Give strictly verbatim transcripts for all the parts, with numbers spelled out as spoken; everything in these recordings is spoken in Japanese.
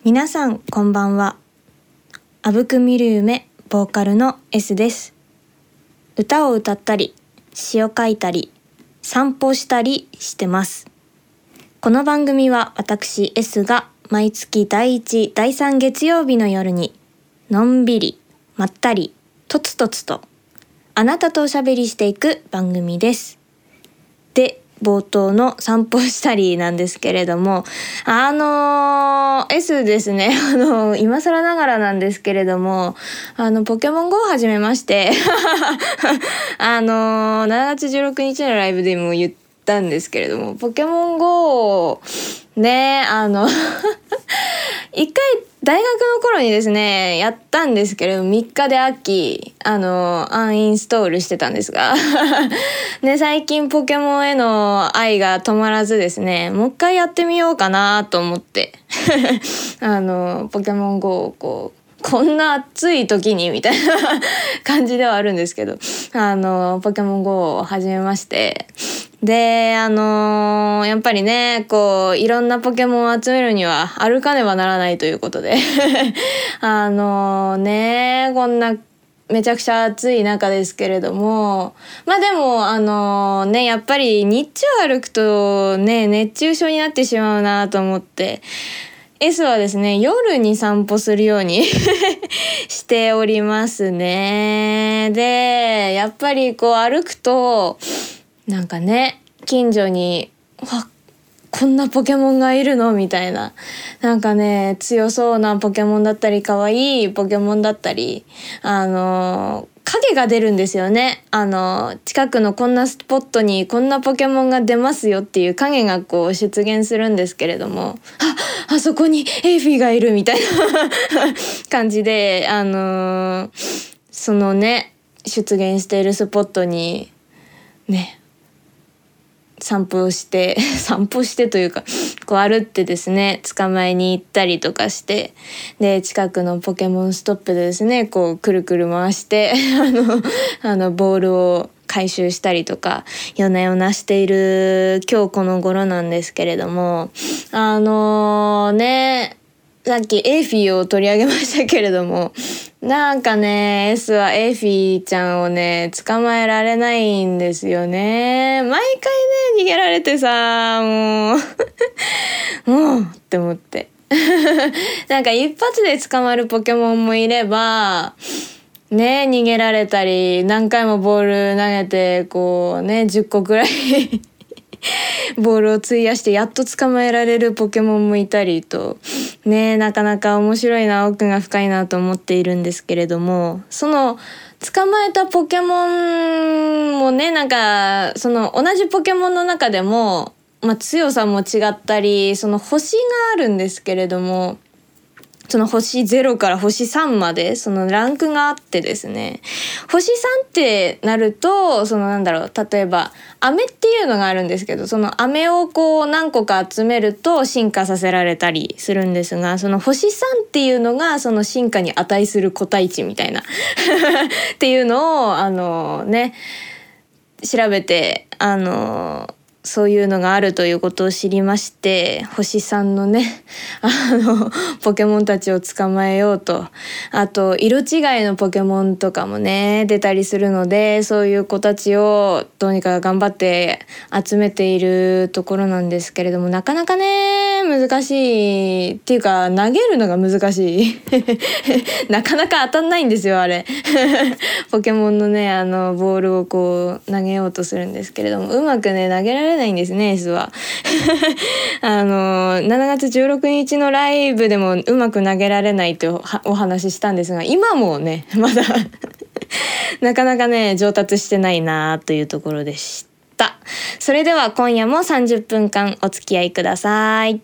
皆さんこんばんは。あぶく見る夢ボーカルの S です。歌を歌ったり詩を書いたり散歩したりしてます。この番組は私 S が毎月だいいち、だいさん月曜日の夜にのんびりまったりとつとつとあなたとおしゃべりしていく番組です。で冒頭の散歩したりなんですけれども、あのー、S ですね、あのー、今更ながらなんですけれども、あのポケモン ゴー を始めましてあのー、しちがつじゅうろくにちのライブでも言ったんですけれども、ポケモン ゴー ね、あの一回大学の頃にですねやったんですけれどみっかで飽き、あのアンインストールしてたんですがね、最近ポケモンへの愛が止まらずですね、もう一回やってみようかなと思ってあのポケモン ゴー をこうこんな暑い時にみたいな感じではあるんですけど、あのポケモン ゴー を始めまして、であのー、やっぱりねこういろんなポケモンを集めるには歩かねばならないということであのねこんなめちゃくちゃ暑い中ですけれども、まあでもあのねやっぱり日中歩くとね熱中症になってしまうなと思って、S はですね夜に散歩するようにしておりますね。でやっぱりこう歩くとなんかね近所にわこんなポケモンがいるのみたいな、なんかね強そうなポケモンだったり可愛いポケモンだったり、あの影が出るんですよね。あの近くのこんなスポットにこんなポケモンが出ますよっていう影がこう出現するんですけれども、ああそこにエイフィーがいるみたいな感じで、あのそのね出現しているスポットにね散歩して散歩してというかこう歩ってですね捕まえに行ったりとかして、で近くのポケモンストップでですねこうくるくる回してあのあのボールを回収したりとか夜な夜なしている今日この頃なんですけれども、あのー、ねさっきエイフィーを取り上げましたけれども、なんかね S はエイフィーちゃんをね捕まえられないんですよね。毎回ね逃げられてさもうもうって思ってなんか一発で捕まるポケモンもいればね逃げられたり何回もボール投げてこうねじゅっこくらいボールを費やしてやっと捕まえられるポケモンもいたりとね、なかなか面白いな、奥が深いなと思っているんですけれども、その捕まえたポケモンもねなんかその同じポケモンの中でも、まあ、強さも違ったりその星があるんですけれども、その星ゼロから星さんまでそのランクがあってですね、星さんってなるとそのなんだろう、例えば飴っていうのがあるんですけど、その飴をこう何個か集めると進化させられたりするんですが、その星さんっていうのがその進化に値する個体値みたいなっていうのをあのね調べて、あのそういうのがあるということを知りまして、星さんのねあのポケモンたちを捕まえようと、あと色違いのポケモンとかもね出たりするので、そういう子たちをどうにか頑張って集めているところなんですけれども、なかなかね難しいっていうか投げるのが難しいなかなか当たんないんですよあれポケモンのねあのボールをこう投げようとするんですけれども、うまくね投げられないんですね S はあのしちがつじゅうろくにちのライブでもうまく投げられないとお話ししたんですが、今もねまだなかなかね上達してないなというところでした。それでは今夜もさんじゅっぷんかんお付き合いください。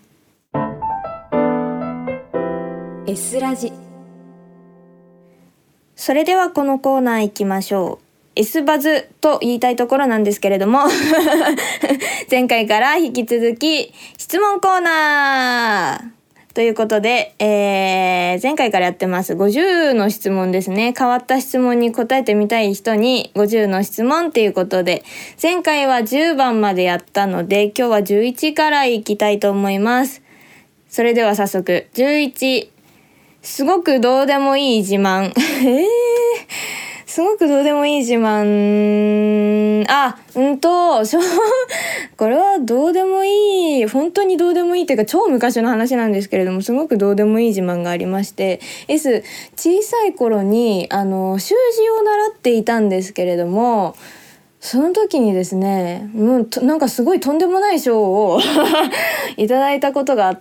S ラジ。それではこのコーナー行きましょう。S バズと言いたいところなんですけれども前回から引き続き質問コーナーということで、えー、前回からやってますごじゅうの質問ですね。変わった質問に答えてみたい人にごじゅうの質問っていうことで、前回はじゅうばんまでやったので今日はじゅういちからいきたいと思います。 それでは早速じゅういち、すごくどうでもいい自慢えー、すごくどうでもいい自慢、あ、うんとしょこれはどうでもいい、本当にどうでもいいっていうか超昔の話なんですけれども、すごくどうでもいい自慢がありまして、 S 小さい頃にあの習字を習っていたんですけれども、その時にですね、もうなんかすごいとんでもない賞をいただいたことがあって、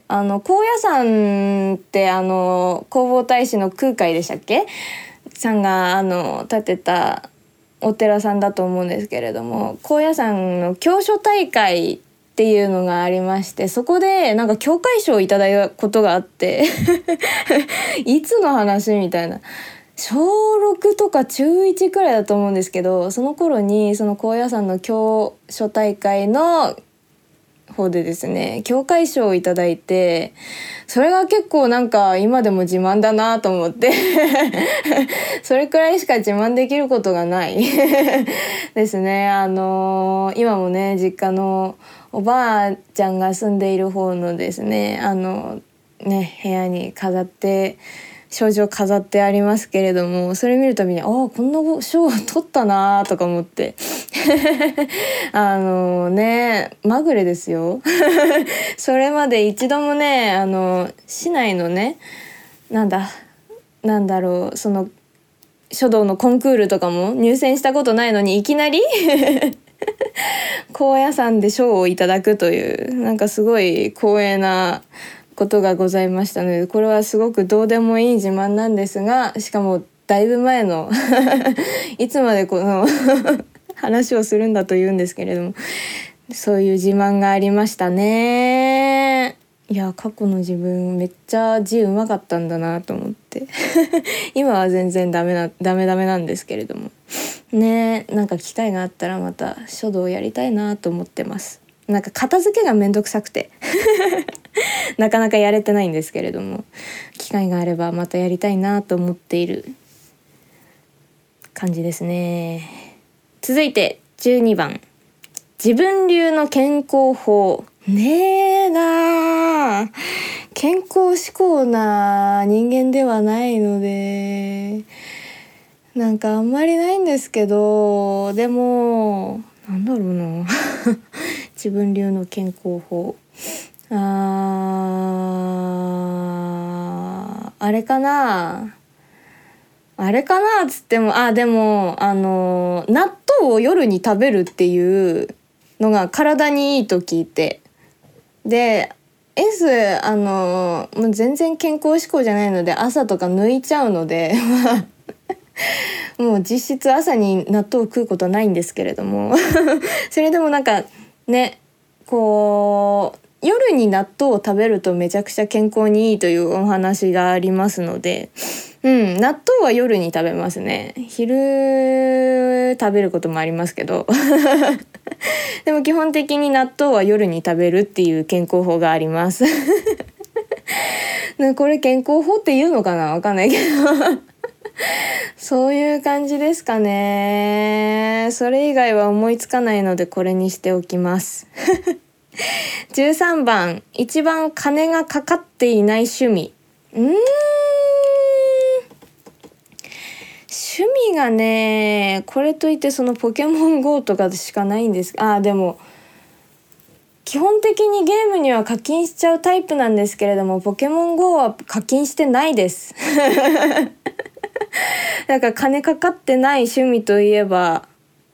あの高野山ってあの弘法大師の空海でしたっけさんがあの建てたお寺さんだと思うんですけれども、高野山の教書大会っていうのがありまして、そこでなんか教会賞をいただいたことがあっていつの話みたいな、しょうろくとかちゅういちくらいだと思うんですけど、その頃にその高野山の教書大会の方でですね、教会賞をいただいて、それが結構なんか今でも自慢だなと思ってそれくらいしか自慢できることがないですね。あのー、今もね、実家のおばあちゃんが住んでいる方のですね、あのね部屋に飾って賞状飾ってありますけれども、それ見るたびに、ああこんな賞を取ったなとか思ってあのね、まぐれですよそれまで一度もね、あの市内のね、なんだなんだろうその書道のコンクールとかも入選したことないのに、いきなり高野山で賞をいただくという、なんかすごい光栄なことがございましたので、これはすごくどうでもいい自慢なんですが、しかもだいぶ前のいつまでこの話をするんだというんですけれども、そういう自慢がありましたね。いや、過去の自分めっちゃ字うまかったんだなと思って今は全然ダメなダメダメなんですけれどもね、なんか機会があったらまた書道やりたいなと思ってます。なんか片付けがめんどくさくてなかなかやれてないんですけれども、機会があればまたやりたいなと思っている感じですね。続いてじゅうにばん、自分流の健康法。ねえな、健康志向な人間ではないのでなんかあんまりないんですけど、でもなんだろうな自分流の健康法、ああれかなあれかなっつっても、あでもあの納豆を夜に食べるっていうのが体にいいと聞いて、で S あのもう全然健康志向じゃないので朝とか抜いちゃうのでもう実質朝に納豆を食うことはないんですけれどもそれでもなんかね、こう夜に納豆を食べるとめちゃくちゃ健康にいいというお話がありますので、うん、納豆は夜に食べますね。昼食べることもありますけどでも基本的に納豆は夜に食べるっていう健康法がありますこれ健康法って言うのかな、わかんないけどそういう感じですかね。それ以外は思いつかないのでこれにしておきますじゅうさんばん、一番金がかかっていない趣味。うーん趣味がね、これといってそのポケモン ゴー とかしかないんです。あ、でも基本的にゲームには課金しちゃうタイプなんですけれども、ポケモン ゴー は課金してないですだから金かかってない趣味といえば、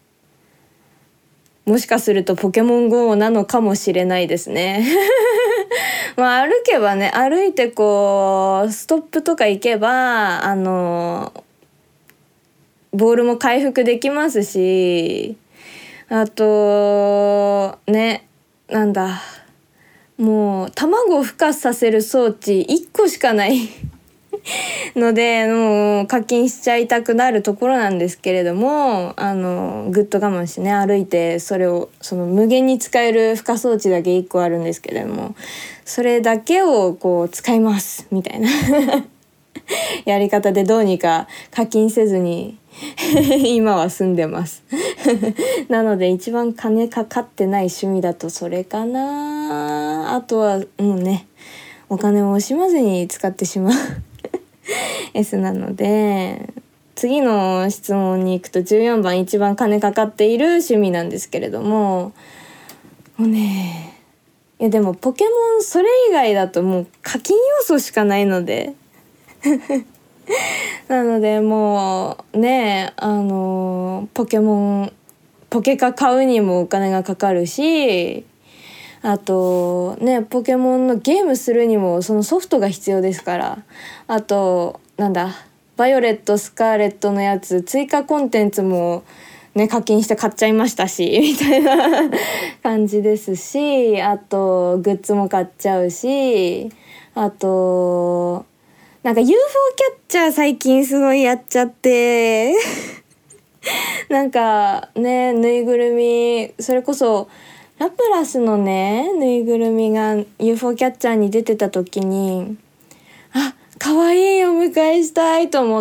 もしかするとポケモン ゴー なのかもしれないですねまあ歩けばね、歩いてこうストップとか行けばあのボールも回復できますし、あとね、なんだもう卵を孵化させる装置いっこしかないので、もう課金しちゃいたくなるところなんですけれども、あのぐっと我慢してね、歩いてそれをその無限に使える孵化装置だけいっこあるんですけれども、それだけをこう使いますみたいなやり方でどうにか課金せずに今は住んでますなので一番金かかってない趣味だとそれかな。あとはうんね、 お金を惜しまずに使ってしまうS なので、次の質問に行くとじゅうよんばん、一番金かかっている趣味なんですけれども、もうね、いやでもポケモンそれ以外だともう課金要素しかないのでなのでもうね、あのポケモンポケカ買うにもお金がかかるし、あとねポケモンのゲームするにもそのソフトが必要ですから、あとなんだバイオレットスカーレットのやつ追加コンテンツもね課金して買っちゃいましたしみたいな感じですし、あとグッズも買っちゃうし、あとなんか ユーフォー キャッチャー最近すごいやっちゃってなんかねぬいぐるみ、それこそラプラスのねぬいぐるみが ユーフォー キャッチャーに出てた時に、あ、可愛いお迎えしたいと思って、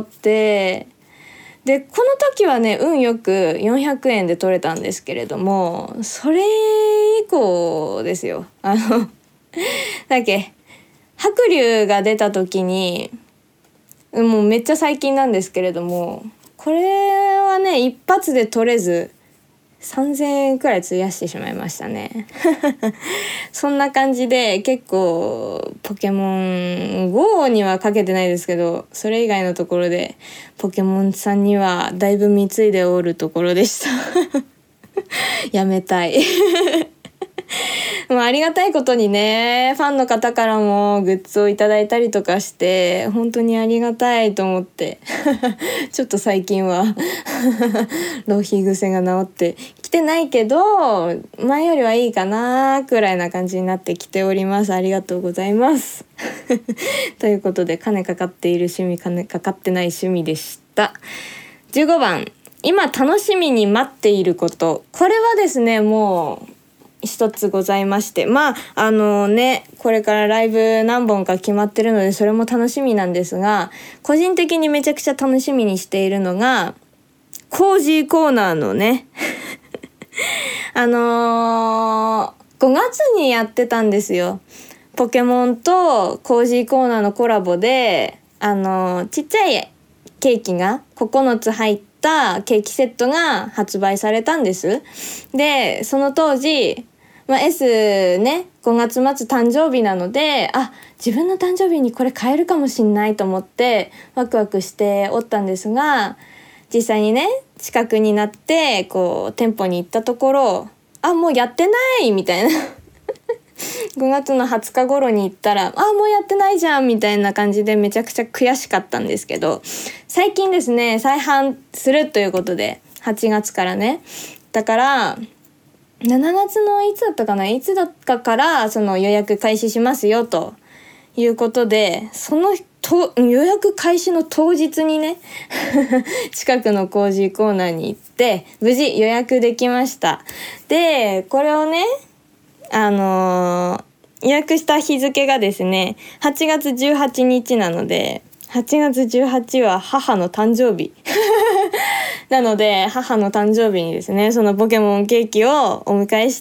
でこの時はね運よくよんひゃくえんで取れたんですけれども、それ以降ですよ、あのだっけ白龍が出た時に、もうめっちゃ最近なんですけれども、これはね一発で取れずさんぜんえんくらい費やしてしまいましたねそんな感じで結構ポケモン ゴー にはかけてないですけど、それ以外のところでポケモンさんにはだいぶ貢いでおるところでしたやめたいもうありがたいことにねファンの方からもグッズをいただいたりとかして本当にありがたいと思ってちょっと最近は浪費癖が治ってきてないけど前よりはいいかなくらいな感じになってきております。ありがとうございますということで、金かかっている趣味、金かかってない趣味でした。じゅうごばん、今楽しみに待っていること。これはですねもう一つございまして、まああのねこれからライブ何本か決まってるのでそれも楽しみなんですが、個人的にめちゃくちゃ楽しみにしているのがコージーコーナーのねあのー、ごがつにやってたんですよ。ポケモンとコージーコーナーのコラボで、あのー、ちっちゃいケーキがここのつ入ったケーキセットが発売されたんです。でその当時、まあ、S ねごがつ末誕生日なので、あ、自分の誕生日にこれ買えるかもしんないと思ってワクワクしておったんですが、実際にね近くになってこう店舗に行ったところ、あ、もうやってないみたいなごがつのはつか頃に行ったら、あ、もうやってないじゃんみたいな感じでめちゃくちゃ悔しかったんですけど、最近ですね再販するということではちがつからね、だからしちがつのいつだったかないつだったからその予約開始しますよということで、そのと予約開始の当日にね近くのコージーコーナーに行って無事予約できました。でこれをねあのー、予約した日付がですねはちがつじゅうはちにちなので、はちがつじゅうはちは母の誕生日なので母の誕生日にですねそのポケモンケーキをお迎えして、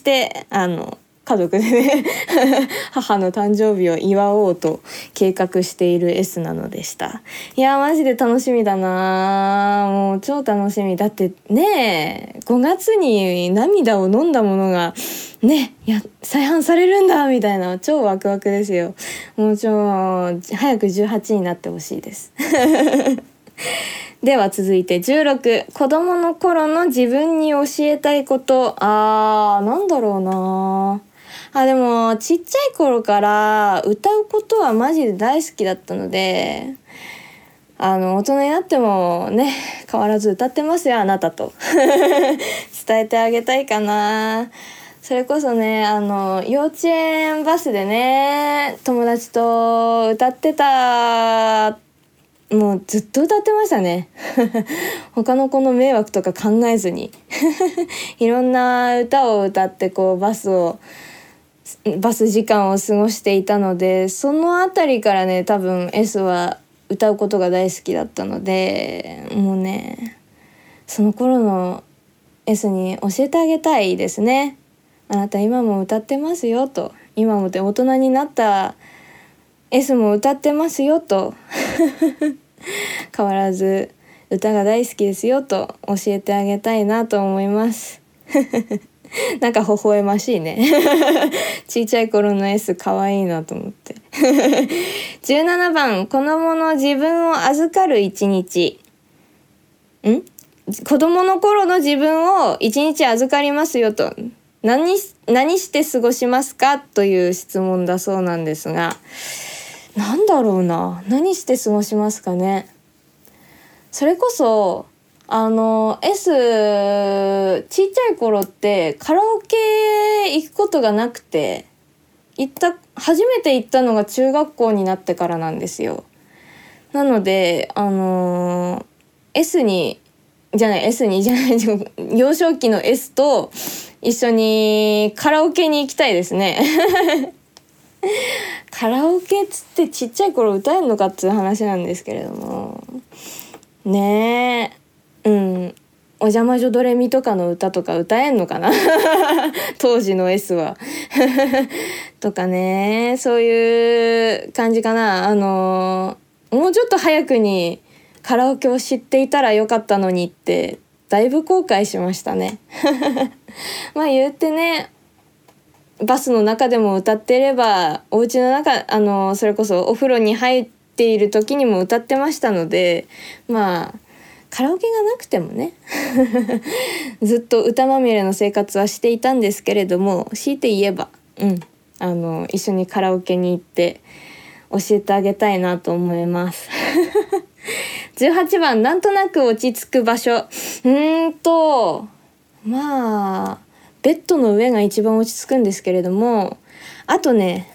あの家族でね母の誕生日を祝おうと計画している S なのでした。いやマジで楽しみだな、もう超楽しみだってね、ごがつに涙を飲んだものがねや再販されるんだみたいな超ワクワクですよ。もう超早くじゅうはちになってほしいですでは続いてじゅうろく、子供の頃の自分に教えたいこと。あーなんだろうなあ、でもちっちゃい頃から歌うことはマジで大好きだったので、あの大人になってもね変わらず歌ってますよあなたと伝えてあげたいかな。それこそねあの幼稚園バスでね友達と歌ってた、もうずっと歌ってましたね他の子の迷惑とか考えずにいろんな歌を歌ってこうバスをバス時間を過ごしていたので、そのあたりからね多分 S は歌うことが大好きだったので、もうねその頃の S に教えてあげたいですね。あなた今も歌ってますよと、今も大人になった S も歌ってますよと変わらず歌が大好きですよと教えてあげたいなと思いますなんか微笑ましいねちっちゃい頃の S 可愛いなと思ってじゅうななばん、子供の自分を預かる一日。ん子供の頃の自分を一日預かりますよと。何し、何して過ごしますかという質問だそうなんですが、なんだろうな、何して過ごしますかね。それこそあの S ちっちゃい頃ってカラオケ行くことがなくて、行った初めて行ったのが中学校になってからなんですよ。なのであのー、S にじゃない S にじゃない幼少期の S と一緒にカラオケに行きたいですねカラオケっつってちっちゃい頃歌えるのかっていう話なんですけれどもねえ、うんお邪魔女ドレミとかの歌とか歌えんのかな当時の S はとかね、そういう感じかな。あのー、もうちょっと早くにカラオケを知っていたらよかったのにってだいぶ後悔しましたねまあ言ってね、バスの中でも歌ってれば、お家の中、あのー、それこそお風呂に入っている時にも歌ってましたので、まあカラオケがなくてもねずっと歌まみれの生活はしていたんですけれども、強いて言えば、うん、あの一緒にカラオケに行って教えてあげたいなと思いますじゅうはちばん、なんとなく落ち着く場所。うーんとまあベッドの上が一番落ち着くんですけれども、あとね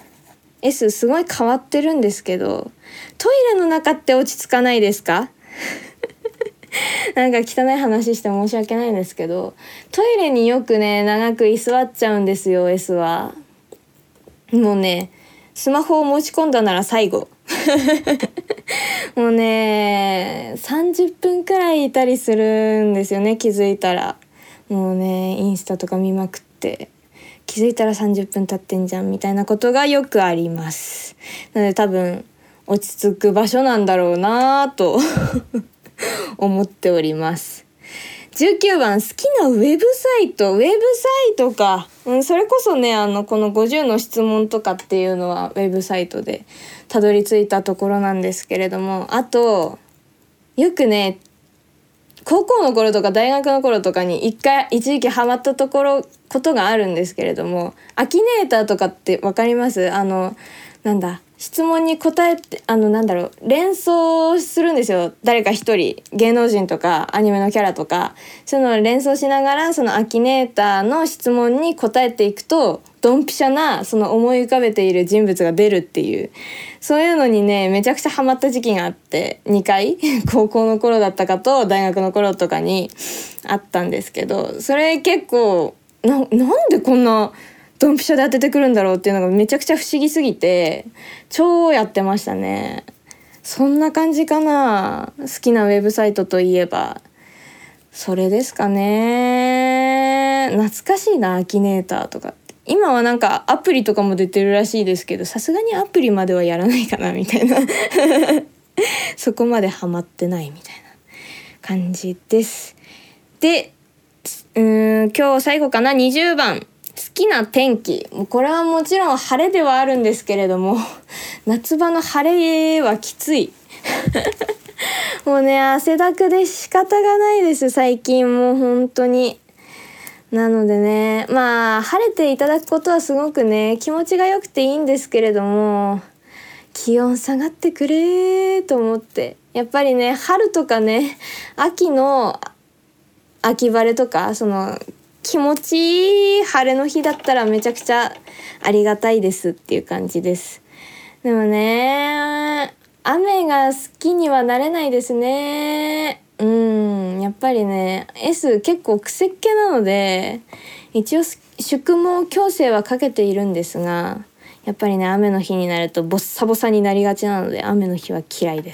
S すごい変わってるんですけど、トイレの中って落ち着かないですかなんか汚い話して申し訳ないんですけど、トイレによくね長く居座っちゃうんですよ S は。もうねスマホを持ち込んだなら最後もうねさんじゅっぷんくらいいたりするんですよね。気づいたらもうねインスタとか見まくって気づいたらさんじゅっぷん経ってんじゃんみたいなことがよくあります。なので多分落ち着く場所なんだろうなと思っております。じゅうきゅうばん、好きなウェブサイト。ウェブサイトか、うん、それこそねあのこのごじゅうの質問とかっていうのはウェブサイトでたどり着いたところなんですけれども、あとよくね高校の頃とか大学の頃とかに一回一時期ハマったところことがあるんですけれども、アキネーターとかってわかります？あのなんだ質問に答えて、あのなんだろう連想するんですよ。誰か一人芸能人とかアニメのキャラとかそういうのを連想しながらそのアキネーターの質問に答えていくとドンピシャなその思い浮かべている人物が出るっていう、そういうのにねめちゃくちゃハマった時期があってにかい高校の頃だったかと大学の頃とかにあったんですけど、それ結構 な, なんでこんなドンピシャで当ててくるんだろうっていうのがめちゃくちゃ不思議すぎて超やってましたね。そんな感じかな。好きなウェブサイトといえばそれですかね。懐かしいなアキネーターとかって。今はなんかアプリとかも出てるらしいですけど、さすがにアプリまではやらないかなみたいなそこまでハマってないみたいな感じです。でうーん今日最後かな。にじゅうばん、好きな天気。もうこれはもちろん晴れではあるんですけれども夏場の晴れはきついもうね汗だくで仕方がないです最近もう本当に。なのでねまあ晴れていただくことはすごくね気持ちが良くていいんですけれども、気温下がってくれと思って、やっぱりね春とかね秋の秋晴れとかその気持ちいい晴れの日だったらめちゃくちゃありがたいですっていう感じです。でもね雨が好きにはなれないですね。うんやっぱりね S 結構くせっ気なので一応宿毛矯正はかけているんですが、やっぱりね雨の日になるとボッサボサになりがちなので雨の日は嫌いです。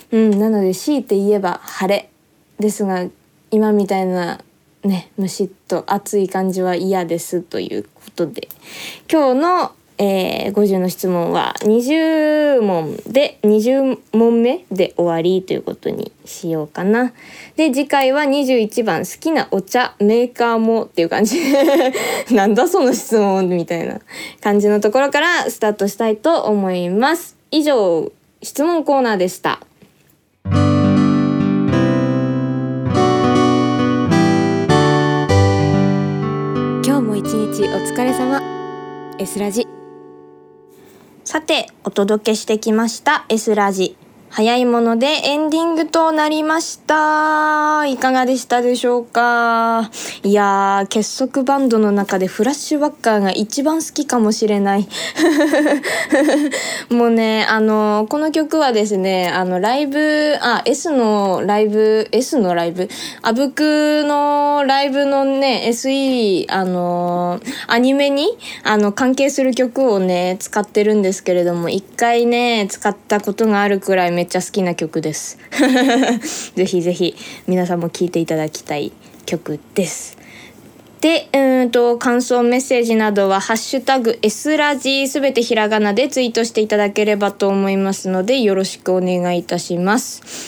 うんなので強いて言えば晴れですが、今みたいなねむしっと暑い感じは嫌ですということで、今日のえー、ごじゅうの質問はにじゅうもんでにじゅうもんめで終わりということにしようかな。で次回はにじゅういちばん好きなお茶メーカーもっていう感じなんだその質問みたいな感じのところからスタートしたいと思います。以上質問コーナーでした。今日も一日お疲れ様。 S ラジ。さてお届けしてきました S ラジ、早いものでエンディングとなりました。いかがでしたでしょうか。いやー、結束バンドの中でフラッシュバッカーが一番好きかもしれないもうね、あのこの曲はですね、あのライブあ S のライブ S のライブあぶくのライブのね エスイー あのアニメにあの関係する曲をね使ってるんですけれども、一回ね使ったことがあるくらいめっちゃ好きな曲ですぜひぜひ皆さんも聴いていただきたい曲です。で、うーんと感想メッセージなどはハッシュタグ S ラジすべてひらがなでツイートしていただければと思いますのでよろしくお願いいたします。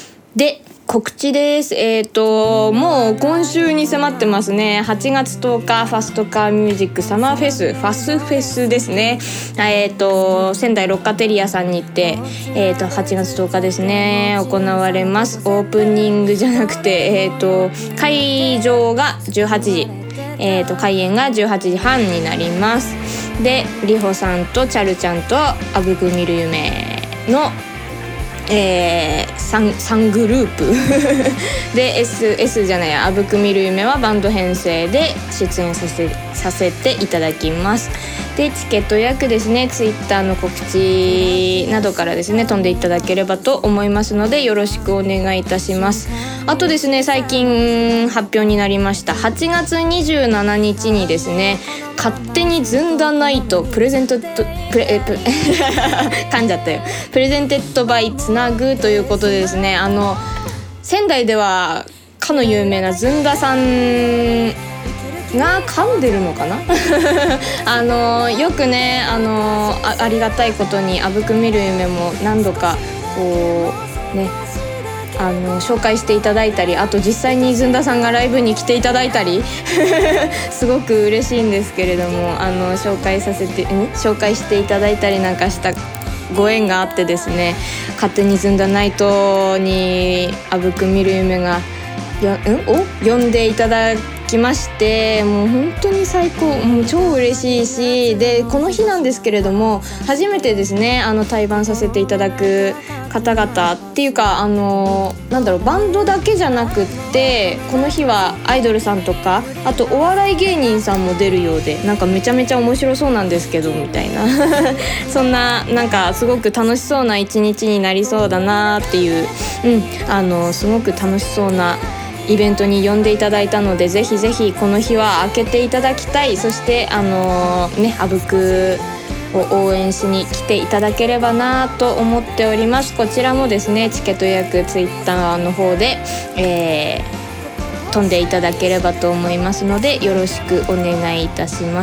で告知です。えーともう今週に迫ってますね。はちがつとおかファストカーミュージックサマーフェスファスフェスですね。えーと仙台ロッカテリアさんに行って、えーとはちがつとおかですね行われます。オープニングじゃなくて、えーと会場がじゅうはちじ、えーと開演がじゅうはちじはんになります。でりほさんとチャルちゃんとあぶく見る夢のえー、3, 3グループで S, S じゃないあぶく見る夢はバンド編成で出演させさせていただきます。でチケット予約ですね、ツイッターの告知などからですね飛んでいただければと思いますのでよろしくお願いいたします。あとですね、最近発表になりましたはちがつにじゅうしちにちにですね、勝手にずんだナイトプレゼントプレえプ噛んじゃったよプレゼンテッドバイつなぐということでですね、あの仙台ではかの有名なずんださんが噛んでるのかなあのよくね あの あ, ありがたいことにあぶく見る夢も何度かこうねあの紹介していただいたり、あと実際にずんださんがライブに来ていただいたりすごく嬉しいんですけれども、あの紹介させてん紹介していただいたりなんかしたご縁があってですね、勝手にずんだナイトにあぶく見る夢がよんお呼んでいただきまして、もう本当に最高、もう超嬉しいし、でこの日なんですけれども初めてですねあの対バンさせていただく方々っていうか、あのなんだろうバンドだけじゃなくってこの日はアイドルさんとかあとお笑い芸人さんも出るようで、なんかめちゃめちゃ面白そうなんですけどみたいなそんななんかすごく楽しそうな一日になりそうだなっていう、うん、あのすごく楽しそうなイベントに呼んでいただいたので、ぜひぜひこの日は開けていただきたい。そしてあのー、ねあぶくを応援しに来ていただければなと思っております。こちらもですねチケット予約ツイッターの方で、えー、飛んでいただければと思いますのでよろしくお願いいたします。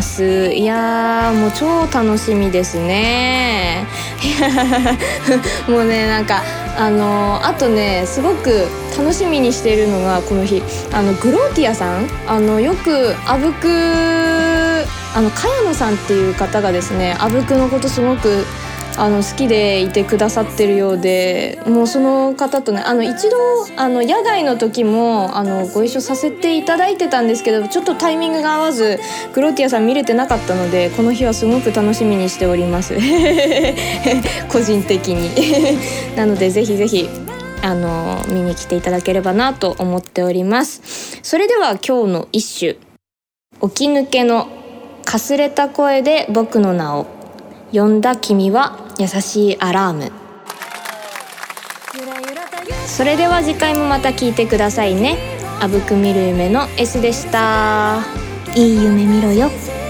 いやーもう超楽しみですねもうねなんかあのー、あとねすごく楽しみにしているのがこの日あのグローティアさん、あのよくあぶくあの茅野さんっていう方がですねあぶくのことすごくあの好きでいてくださってるようで、もうその方とねあの一度あの野外の時もあのご一緒させていただいてたんですけど、ちょっとタイミングが合わずグローティアさん見れてなかったのでこの日はすごく楽しみにしております個人的になのでぜひぜひあの見に来ていただければなと思っております。それでは今日の一首、起き抜けのかすれた声で僕の名を呼んだ君は優しいアラーム。それでは次回もまた聞いてくださいね。あぶく見る夢の S でした。いい夢見ろよ。